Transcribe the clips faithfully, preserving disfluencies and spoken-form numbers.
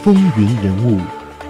风云人物。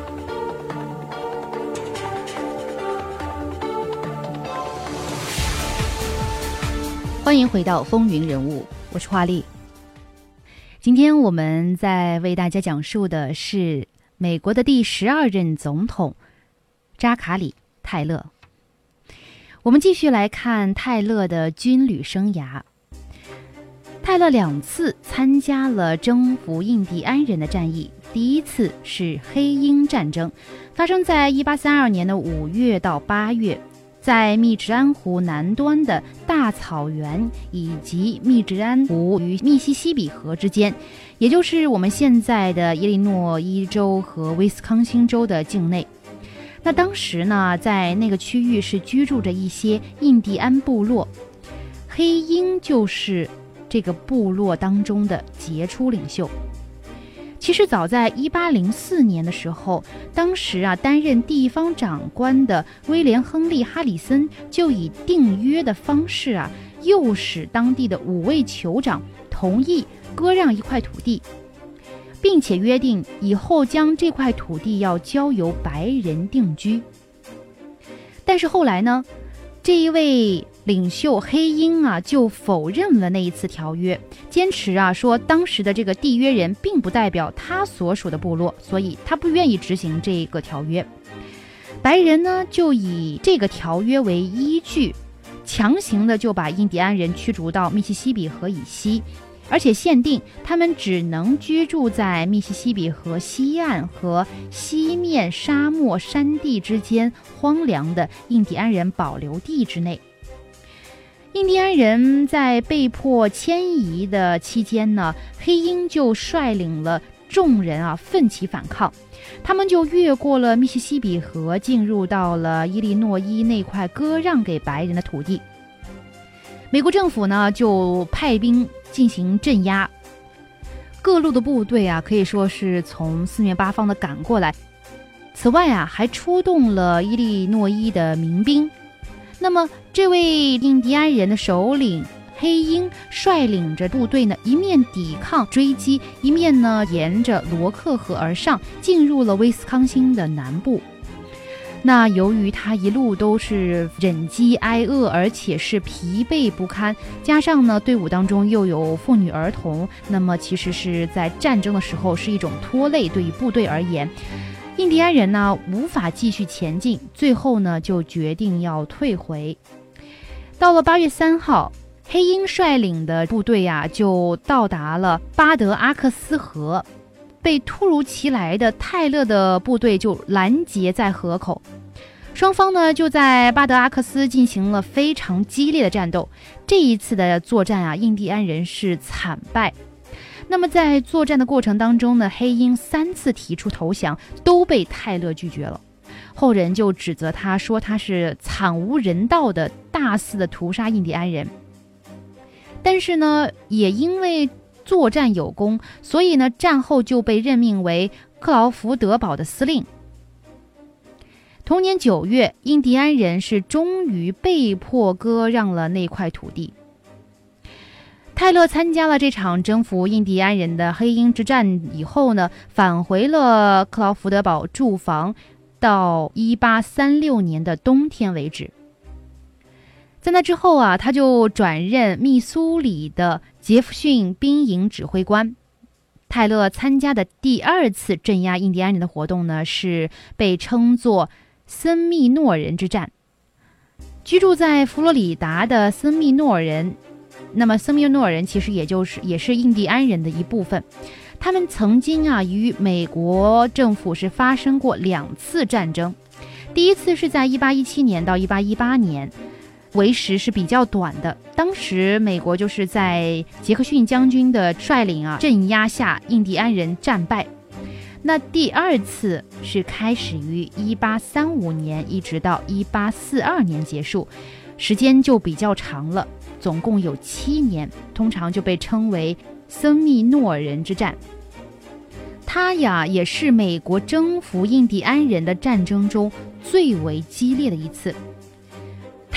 欢迎回到风云人物，我是华丽。今天我们在为大家讲述的是美国的第十二任总统扎卡里·泰勒。我们继续来看泰勒的军旅生涯。泰勒两次参加了征服印第安人的战役，第一次是黑鹰战争，发生在一八三二年的五月到八月，在密执安湖南端的大草原以及密执安湖与密西西比河之间，也就是我们现在的伊利诺伊州和威斯康星州的境内。那当时呢，在那个区域是居住着一些印第安部落，黑鹰就是这个部落当中的杰出领袖。其实早在一八零四年的时候，当时啊担任地方长官的威廉·亨利·哈里森就以订约的方式啊，诱使当地的五位酋长同意割让一块土地，并且约定以后将这块土地要交由白人定居。但是后来呢，这一位领袖黑鹰啊就否认了那一次条约，坚持啊说当时的这个缔约人并不代表他所属的部落，所以他不愿意执行这个条约。白人呢就以这个条约为依据，强行的就把印第安人驱逐到密西西比河以西，而且限定他们只能居住在密西西比河西岸和西面沙漠山地之间荒凉的印第安人保留地之内。印第安人在被迫迁移的期间呢，黑鹰就率领了众人啊奋起反抗，他们就越过了密西西比河，进入到了伊利诺伊那块割让给白人的土地。美国政府呢就派兵进行镇压，各路的部队啊可以说是从四面八方的赶过来。此外啊还出动了伊利诺伊的民兵。那么这位印第安人的首领黑鹰率领着部队呢，一面抵抗追击，一面呢沿着罗克河而上，进入了威斯康星的南部。那由于他一路都是忍饥挨饿，而且是疲惫不堪，加上呢队伍当中又有妇女儿童，那么其实是在战争的时候是一种拖累，对于部队而言，印第安人呢无法继续前进，最后呢就决定要退回。到了八月三号，黑鹰率领的部队啊就到达了巴德阿克斯河，被突如其来的泰勒的部队就拦截在河口。双方呢就在巴德阿克斯进行了非常激烈的战斗。这一次的作战啊，印第安人是惨败。那么在作战的过程当中呢，黑鹰三次提出投降，都被泰勒拒绝了。后人就指责他说他是惨无人道的大肆的屠杀印第安人。但是呢，也因为作战有功，所以呢战后就被任命为克劳福德堡的司令。同年九月，印第安人是终于被迫割让了那块土地。泰勒参加了这场征服印第安人的黑鹰之战以后呢，返回了克劳福德堡驻防，到一八三六年的冬天为止。在那之后啊，他就转任密苏里的杰弗逊兵营指挥官。泰勒参加的第二次镇压印第安人的活动呢，是被称作森密诺人之战。居住在佛罗里达的森密诺人，那么森密诺人其实也就是也是印第安人的一部分。他们曾经啊与美国政府是发生过两次战争，第一次是在一八一七年到一八一八年，为时是比较短的。当时美国就是在杰克逊将军的率领啊镇压下，印第安人战败。那第二次是开始于一八三五年，一直到一八四二年结束，时间就比较长了，总共有七年，通常就被称为森密诺人之战。它呀也是美国征服印第安人的战争中最为激烈的一次。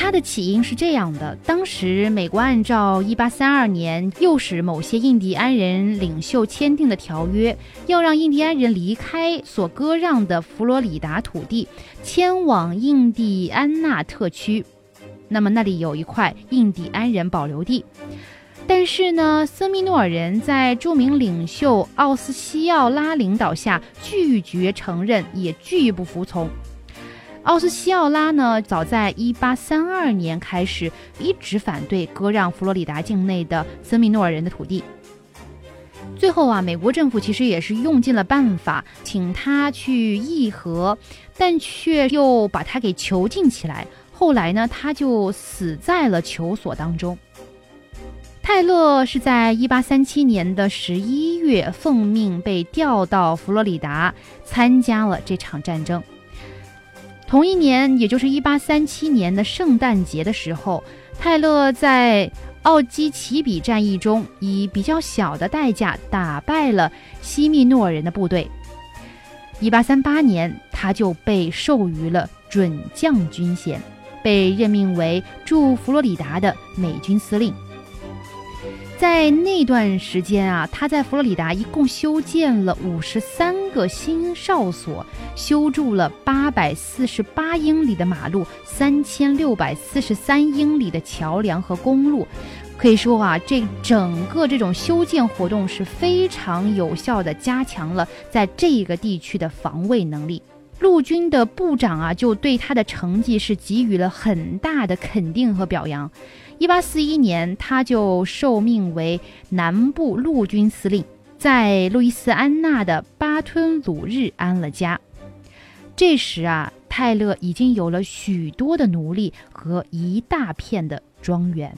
它的起因是这样的，当时美国按照一八三二年诱使某些印第安人领袖签订的条约，要让印第安人离开所割让的佛罗里达土地，迁往印第安纳特区。那么那里有一块印第安人保留地。但是呢，瑟密诺尔人在著名领袖奥斯西奥拉领导下拒绝承认，也拒不服从。奥斯西奥拉呢，早在一八三二年开始一直反对割让佛罗里达境内的瑟密诺尔人的土地。最后啊，美国政府其实也是用尽了办法，请他去议和，但却又把他给囚禁起来。后来呢，他就死在了囚所当中。泰勒是在一八三七年的十一月奉命被调到佛罗里达，参加了这场战争。同一年，也就是一八三七年的圣诞节的时候，泰勒在奥基奇比战役中以比较小的代价打败了西密诺尔人的部队。一八三八年，他就被授予了准将军衔，被任命为驻佛罗里达的美军司令。在那段时间啊，他在佛罗里达一共修建了五十三个新哨所，修筑了八百四十八英里的马路，三千六百四十三英里的桥梁和公路。可以说啊，这整个这种修建活动是非常有效地加强了在这个地区的防卫能力。陆军的部长啊，就对他的成绩是给予了很大的肯定和表扬。一八四一年，他就受命为南部陆军司令，在路易斯安那的巴吞鲁日安了家。这时啊，泰勒已经有了许多的奴隶和一大片的庄园。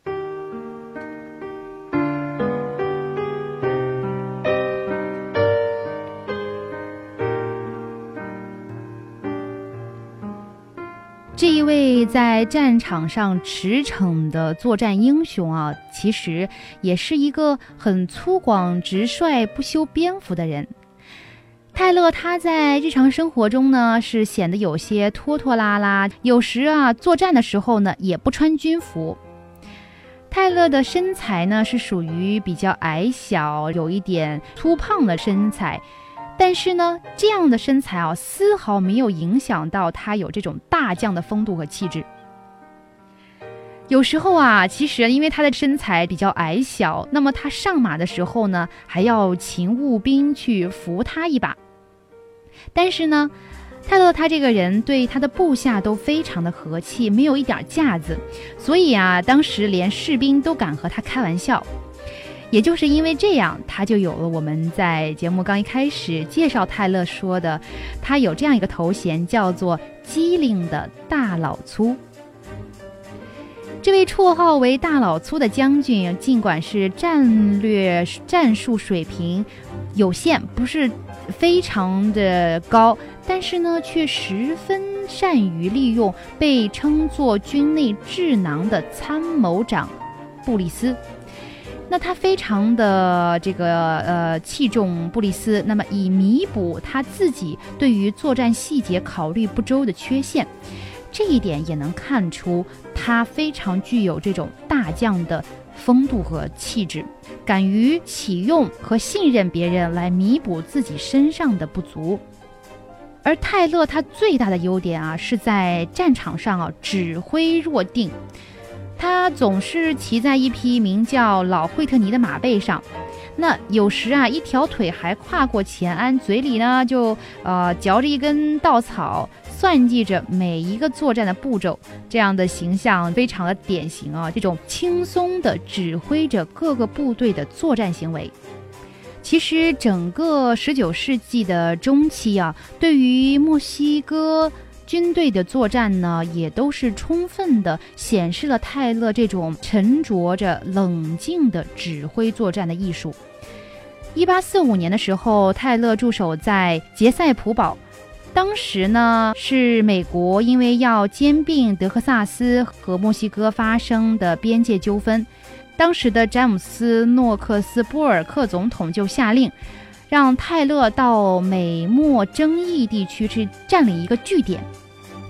这一位在战场上驰骋的作战英雄啊，其实也是一个很粗犷直率、不修边幅的人。泰勒他在日常生活中呢，是显得有些拖拖拉拉，有时啊作战的时候呢，也不穿军服。泰勒的身材呢，是属于比较矮小，有一点粗胖的身材。但是呢，这样的身材啊，丝毫没有影响到他有这种大将的风度和气质。有时候啊，其实因为他的身材比较矮小，那么他上马的时候呢，还要请务兵去扶他一把。但是呢，泰勒他这个人对他的部下都非常的和气，没有一点架子，所以啊，当时连士兵都敢和他开玩笑。也就是因为这样，他就有了我们在节目刚一开始介绍泰勒说的，他有这样一个头衔，叫做机灵的大老粗。这位绰号为大老粗的将军，尽管是战略战术水平有限，不是非常的高，但是呢，却十分善于利用被称作军内智囊的参谋长布里斯。那他非常的这个呃器重布里斯，那么以弥补他自己对于作战细节考虑不周的缺陷。这一点也能看出他非常具有这种大将的风度和气质，敢于启用和信任别人来弥补自己身上的不足。而泰勒他最大的优点啊，是在战场上啊指挥若定。他总是骑在一匹名叫老惠特尼的马背上，那有时啊，一条腿还跨过前鞍，嘴里呢就呃嚼着一根稻草，算计着每一个作战的步骤。这样的形象非常的典型啊，这种轻松的指挥着各个部队的作战行为。其实整个十九世纪的中期啊，对于墨西哥军队的作战呢，也都是充分的显示了泰勒这种沉着着冷静的指挥作战的艺术。一八四五年的时候，泰勒驻守在杰塞普堡，当时呢是美国因为要兼并德克萨斯和墨西哥发生的边界纠纷，当时的詹姆斯·诺克斯波尔克总统就下令让泰勒到美墨争议地区去占领一个据点。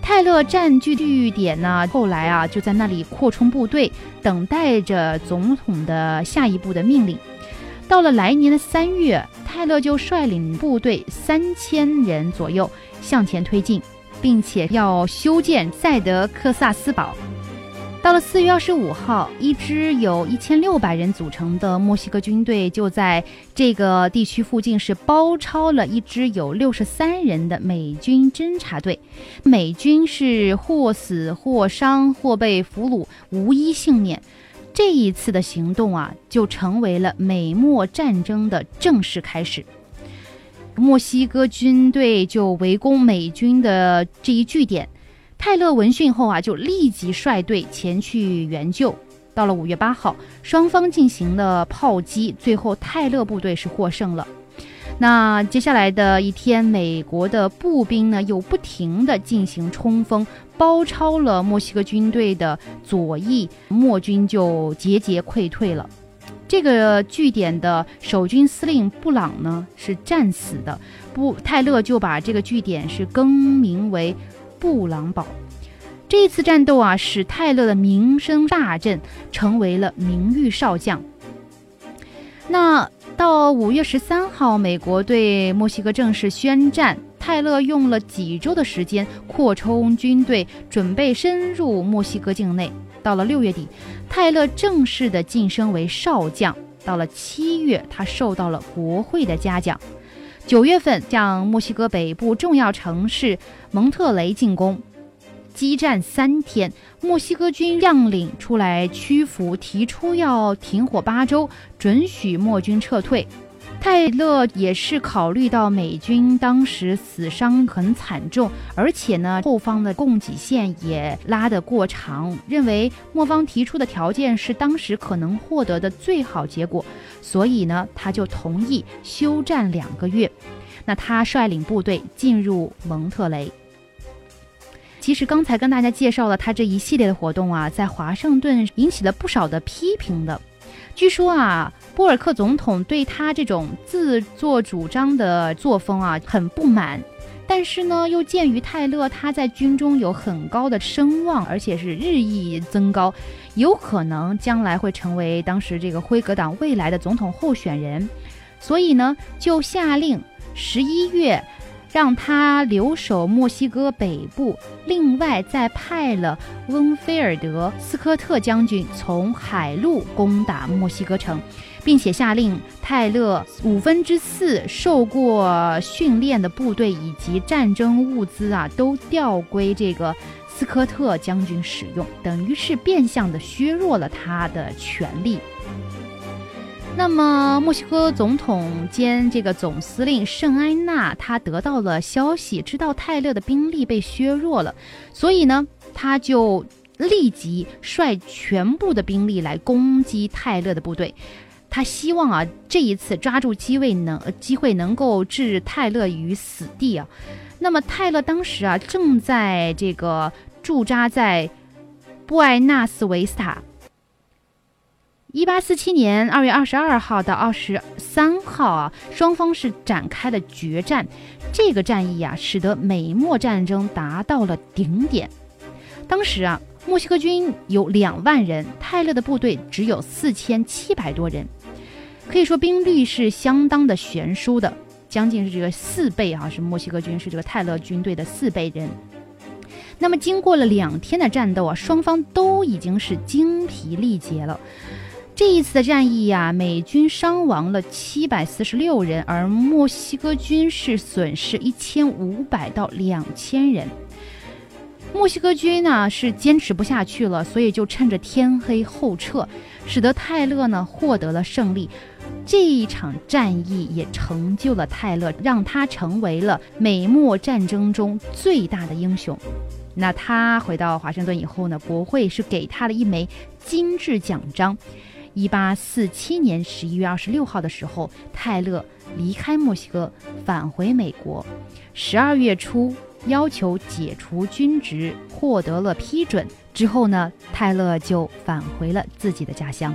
泰勒占据据点呢，后来啊就在那里扩充部队，等待着总统的下一步的命令。到了来年的三月，泰勒就率领部队三千人左右向前推进，并且要修建塞德克萨斯堡。到了四月二十五号，一支有一千六百人组成的墨西哥军队就在这个地区附近是包抄了一支有六十三人的美军侦察队，美军是或死或伤或被俘虏，无一幸免。这一次的行动啊，就成为了美墨战争的正式开始。墨西哥军队就围攻美军的这一据点。泰勒闻讯后啊，就立即率队前去援救。到了五月八号，双方进行了炮击，最后泰勒部队是获胜了。那接下来的一天，美国的步兵呢又不停地进行冲锋，包抄了墨西哥军队的左翼，墨军就节节溃退了。这个据点的守军司令布朗呢是战死的，布泰勒就把这个据点是更名为布朗堡。这一次战斗啊，使泰勒的名声大振，成为了名誉少将。那到五月十三号，美国对墨西哥正式宣战。泰勒用了几周的时间扩充军队，准备深入墨西哥境内。到了六月底，泰勒正式的晋升为少将。到了七月，他受到了国会的嘉奖。九月份，向墨西哥北部重要城市蒙特雷进攻，激战三天，墨西哥军将领出来屈服，提出要停火八周，准许墨军撤退。泰勒也是考虑到美军当时死伤很惨重，而且呢后方的供给线也拉得过长，认为墨方提出的条件是当时可能获得的最好结果，所以呢他就同意休战两个月。那他率领部队进入蒙特雷。其实刚才跟大家介绍了他这一系列的活动啊，在华盛顿引起了不少的批评的。据说啊，波尔克总统对他这种自作主张的作风啊很不满，但是呢，又鉴于泰勒他在军中有很高的声望，而且是日益增高，有可能将来会成为当时这个辉格党未来的总统候选人，所以呢，就下令十一月让他留守墨西哥北部，另外再派了温菲尔德·斯科特将军从海路攻打墨西哥城，并且下令泰勒五分之四受过训练的部队以及战争物资啊，都调归这个斯科特将军使用，等于是变相的削弱了他的权力。那么墨西哥总统兼这个总司令圣安娜，他得到了消息，知道泰勒的兵力被削弱了，所以呢他就立即率全部的兵力来攻击泰勒的部队。他希望啊这一次抓住机会能机会能够置泰勒于死地啊。那么泰勒当时啊正在这个驻扎在布埃纳斯维斯塔。一八四七年二月二十二号到二十三号啊，双方是展开了决战。这个战役啊，使得美墨战争达到了顶点。当时啊，墨西哥军有两万人，泰勒的部队只有四千七百多人，可以说兵力是相当的悬殊的，将近是这个四倍啊，是墨西哥军是这个泰勒军队的四倍人。那么经过了两天的战斗啊，双方都已经是精疲力竭了。这一次的战役啊，美军伤亡了七百四十六人，而墨西哥军是损失一千五百到两千人。墨西哥军呢是坚持不下去了，所以就趁着天黑后撤，使得泰勒呢获得了胜利。这一场战役也成就了泰勒，让他成为了美墨战争中最大的英雄。那他回到华盛顿以后呢，国会是给他了一枚金质奖章。一八四七年十一月二十六号的时候，泰勒离开墨西哥，返回美国。十二月初，要求解除军职获得了批准之后呢，泰勒就返回了自己的家乡。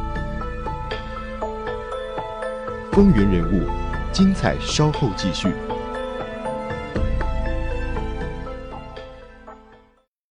风云人物，精彩稍后继续。